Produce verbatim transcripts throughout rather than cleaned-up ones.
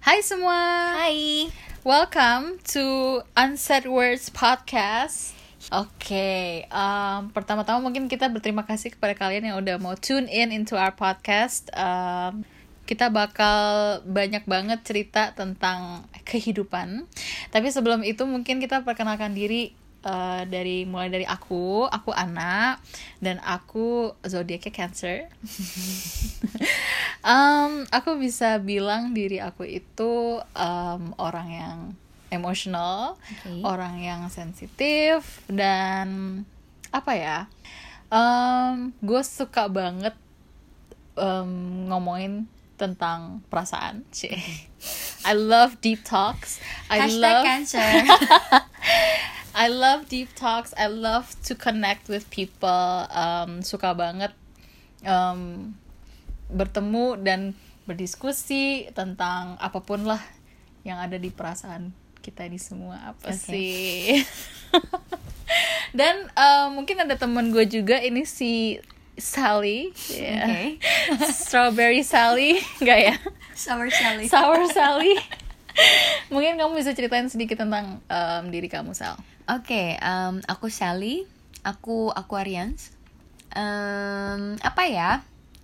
Hai semua. Hai. Welcome to Unsaid Words Podcast. Oke, okay, um, pertama-tama mungkin kita berterima kasih kepada kalian yang udah mau tune in into our podcast. Um, kita bakal banyak banget cerita tentang kehidupan. Tapi sebelum itu mungkin kita perkenalkan diri uh, dari mulai dari aku, aku Ana dan aku zodiaknya Cancer. um, aku bisa bilang diri aku itu um, orang yang emotional, okay. Orang yang sensitif dan apa ya? Um, gue suka banget um, ngomongin tentang perasaan, cie. I love deep talks. I Hashtag love Cancer. I love deep talks. I love to connect with people. Um, suka banget um, bertemu dan berdiskusi tentang apapun lah yang ada di perasaan kita ini semua apa okay. sih. Dan uh, mungkin ada teman gue juga, ini si Sally, yeah. Okay. Strawberry Sally, enggak ya? Sour Sally. Sour Sally. Mungkin kamu bisa ceritain sedikit tentang um, diri kamu, Sal. Oke, okay, um, aku Sally, aku Aquarians. Um, apa ya?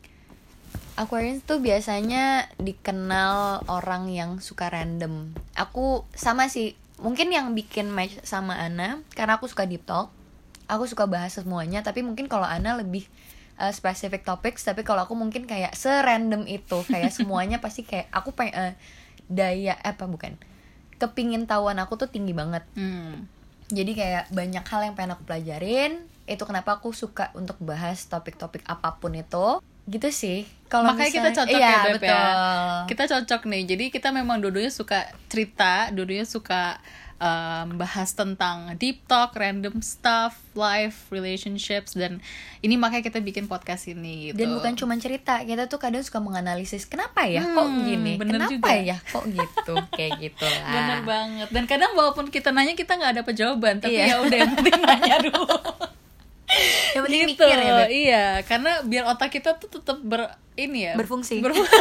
Aquarians tuh biasanya dikenal orang yang suka random. Aku sama sih, mungkin yang bikin match sama Ana karena aku suka deep talk. Aku suka bahas semuanya, tapi mungkin kalau Ana lebih uh, specific topics, tapi kalau aku mungkin kayak serandom itu, kayak semuanya pasti kayak aku pengen uh, daya eh, apa bukan kepingin tahuan aku tuh tinggi banget. Hmm. Jadi kayak banyak hal yang pengen aku pelajarin. Itu kenapa aku suka untuk bahas topik-topik apapun itu. Gitu sih. Kalau makanya misalnya, kita cocok iya, ya Beb betul. ya. Kita cocok nih. Jadi kita memang dua-duanya suka cerita, dua-duanya suka um, bahas tentang deep talk, random stuff, life, relationships, dan ini makanya kita bikin podcast ini gitu. Dan bukan cuma cerita, kita tuh kadang suka menganalisis kenapa ya hmm, kok gini, kenapa juga. ya kok gitu, kayak gitu lah. Bener banget. Dan kadang walaupun kita nanya kita nggak dapat jawaban, tapi iya. ya udah yang penting nanya dulu. Yang penting gitu, mikir ya, Beb. Iya, karena biar otak kita tuh tetap ber ini ya, berfungsi. Berfungsi.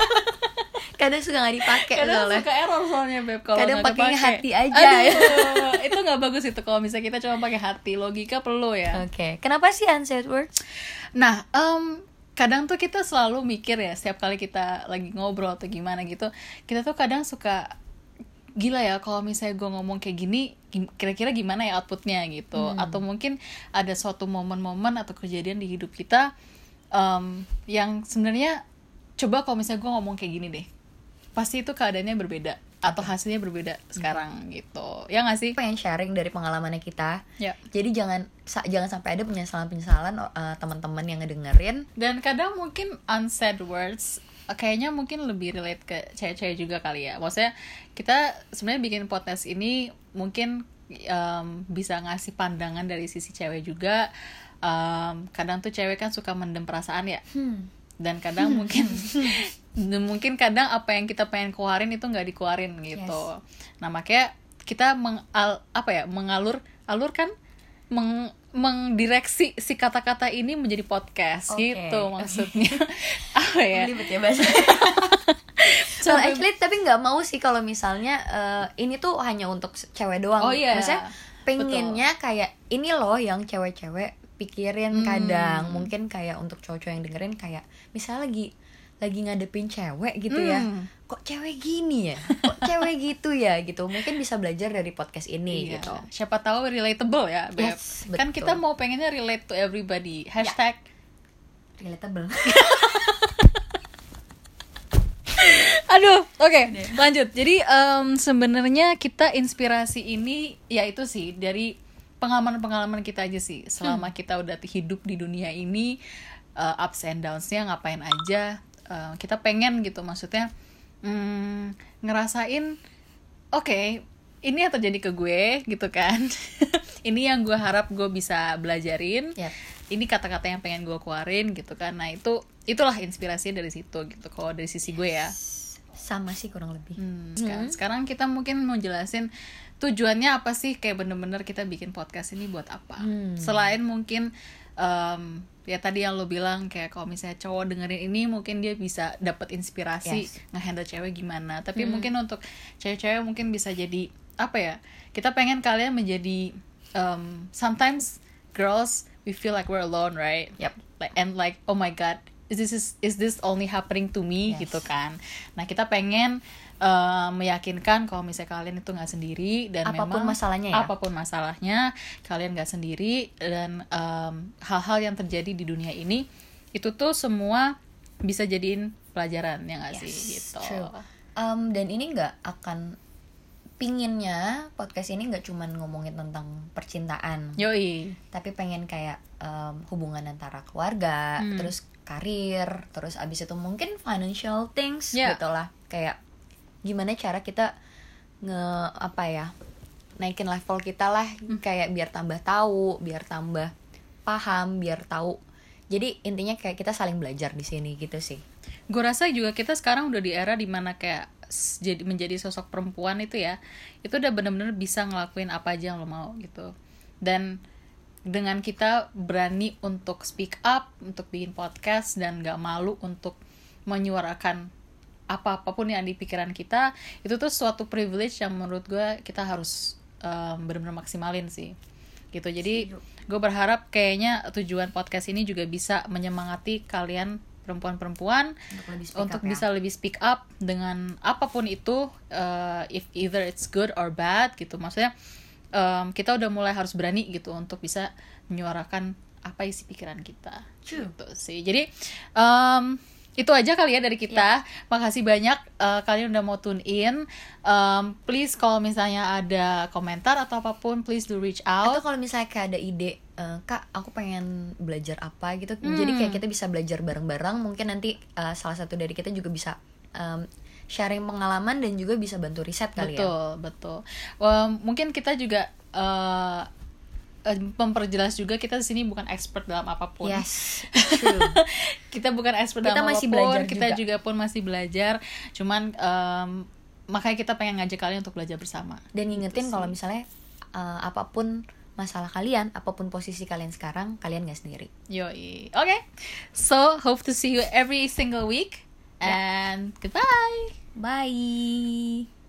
Kadang suka nggak dipakai kadang soalnya. suka error soalnya Beb kalau kadang nggak pakainya kepake. hati aja. Aduh, itu nggak bagus itu kalau misalnya kita cuma pakai hati, logika perlu ya. Oke, okay. Kenapa sih unsaid words? Nah, um, kadang tuh kita selalu mikir ya, setiap kali kita lagi ngobrol atau gimana gitu, kita tuh kadang suka gila ya kalau misalnya gue ngomong kayak gini kira-kira gimana ya outputnya gitu. Hmm. Atau mungkin ada suatu momen-momen atau kejadian di hidup kita um, yang sebenarnya coba kalau misalnya gue ngomong kayak gini deh, pasti itu keadaannya berbeda atau hasilnya berbeda sekarang hmm. gitu. Ya nggak sih? Pengen sharing dari pengalamannya kita. Ya. Jadi jangan jangan sampai ada penyesalan-penyesalan uh, teman-teman yang ngedengerin. Dan kadang mungkin unsaid words kayaknya mungkin lebih relate ke cewek-cewek juga kali ya. Maksudnya kita sebenarnya bikin podcast ini mungkin um, bisa ngasih pandangan dari sisi cewek juga. Um, kadang tuh cewek kan suka mendem perasaan ya. Hmm. Dan kadang hmm. mungkin mungkin kadang apa yang kita pengen keluarin itu nggak dikeluarin gitu. Yes. Nah makanya kita mengal apa ya mengalur alurkan meng mengdireksi si kata-kata ini menjadi podcast okay. gitu maksudnya. Apa ya? Belibet ya bahasa. So actually tapi nggak mau sih kalau misalnya uh, ini tuh hanya untuk cewek doang. Oh iya. Maksudnya pengennya betul. Kayak ini loh yang cewek-cewek pikirin hmm. kadang. Mungkin kayak untuk cowok-cowok yang dengerin kayak misalnya lagi lagi ngadepin cewek gitu hmm. ya, kok cewek gini ya, kok cewek gitu ya gitu, mungkin bisa belajar dari podcast ini iya. gitu. Siapa tahu relatable ya, Beb. Yes, kan betul. Kita mau pengennya relate to everybody. Hashtag ya. Relatable. Aduh, oke, okay, lanjut. Jadi um, sebenarnya kita inspirasi ini ya itu sih dari pengalaman-pengalaman kita aja sih. Selama hmm. kita udah hidup di dunia ini, uh, ups and downs-nya ngapain aja. Uh, kita pengen gitu maksudnya mm, ngerasain oke okay, ini yang terjadi ke gue gitu kan. Ini yang gue harap gue bisa belajarin. Yep. Ini kata-kata yang pengen gue keluarin gitu kan. Nah itu itulah inspirasinya dari situ gitu kalau dari sisi gue ya. Sama sih kurang lebih. Hmm, sekarang, hmm. sekarang kita mungkin mau jelasin tujuannya apa sih, kayak bener-bener kita bikin podcast ini buat apa. Hmm. Selain mungkin um, ya tadi yang lo bilang kayak kalau misalnya cowok dengerin ini mungkin dia bisa dapat inspirasi Yes. nge-handle cewek gimana. Tapi Hmm. mungkin untuk cewek-cewek mungkin bisa jadi apa ya? Kita pengen kalian menjadi um, sometimes girls we feel like we're alone, right? Yep. Like and like oh my god, is this is, is this only happening to me Yes. gitu kan. Nah, kita pengen uh, meyakinkan kalau misalnya kalian itu nggak sendiri dan Apapun memang masalahnya ya. apapun masalahnya kalian nggak sendiri dan um, hal-hal yang terjadi di dunia ini itu tuh semua bisa jadiin pelajaran ya nggak Yes, sih gitu. true. Um, dan ini nggak akan pinginnya podcast ini nggak cuman ngomongin tentang percintaan, Yoi. tapi pengen kayak um, hubungan antara keluarga, Hmm. terus karir, terus abis itu mungkin financial things Yeah. gitu lah. Kayak gimana cara kita nge apa ya naikin level kita lah, kayak biar tambah tahu, biar tambah paham, biar tahu. Jadi intinya kayak kita saling belajar di sini gitu sih. Gue rasa juga kita sekarang udah di era dimana kayak s- jadi menjadi sosok perempuan itu ya, itu udah bener-bener bisa ngelakuin apa aja yang lo mau gitu. Dan dengan kita berani untuk speak up, untuk bikin podcast dan gak malu untuk menyuarakan apa-apapun yang di pikiran kita, itu tuh suatu privilege yang menurut gue kita harus um, bener-bener maksimalin sih gitu. Jadi gue berharap kayaknya tujuan podcast ini juga bisa menyemangati kalian perempuan-perempuan Untuk lebih speak untuk up ya. bisa lebih speak up dengan apapun itu, uh, if either it's good or bad gitu. Maksudnya um, kita udah mulai harus berani gitu untuk bisa menyuarakan apa isi pikiran kita. True. Gitu sih. Jadi um, itu aja kali ya dari kita. Makasih banyak uh, kalian udah mau tune in. Um, please kalau misalnya ada komentar atau apapun, please do reach out. Atau kalau misalnya kayak ada ide, eh, Kak, aku pengen belajar apa gitu. Hmm. Jadi kayak kita bisa belajar bareng-bareng. Mungkin nanti eh, salah satu dari kita juga bisa em, sharing pengalaman dan juga bisa bantu riset kali ya. Betul, betul. Um, mungkin kita juga uh, uh, memperjelas juga kita di sini bukan expert dalam apapun. Yes, true. Kita bukan expert Kita dalam masih apapun. belajar Kita juga. juga pun masih belajar. Cuman um, makanya kita pengen ngajak kalian untuk belajar bersama. Dan ngingetin Gitu kalau sih. misalnya eh, apapun masalah kalian, apapun posisi kalian sekarang, kalian gak sendiri. Yoi. Okay. So, hope to see you every single week. And goodbye. Bye.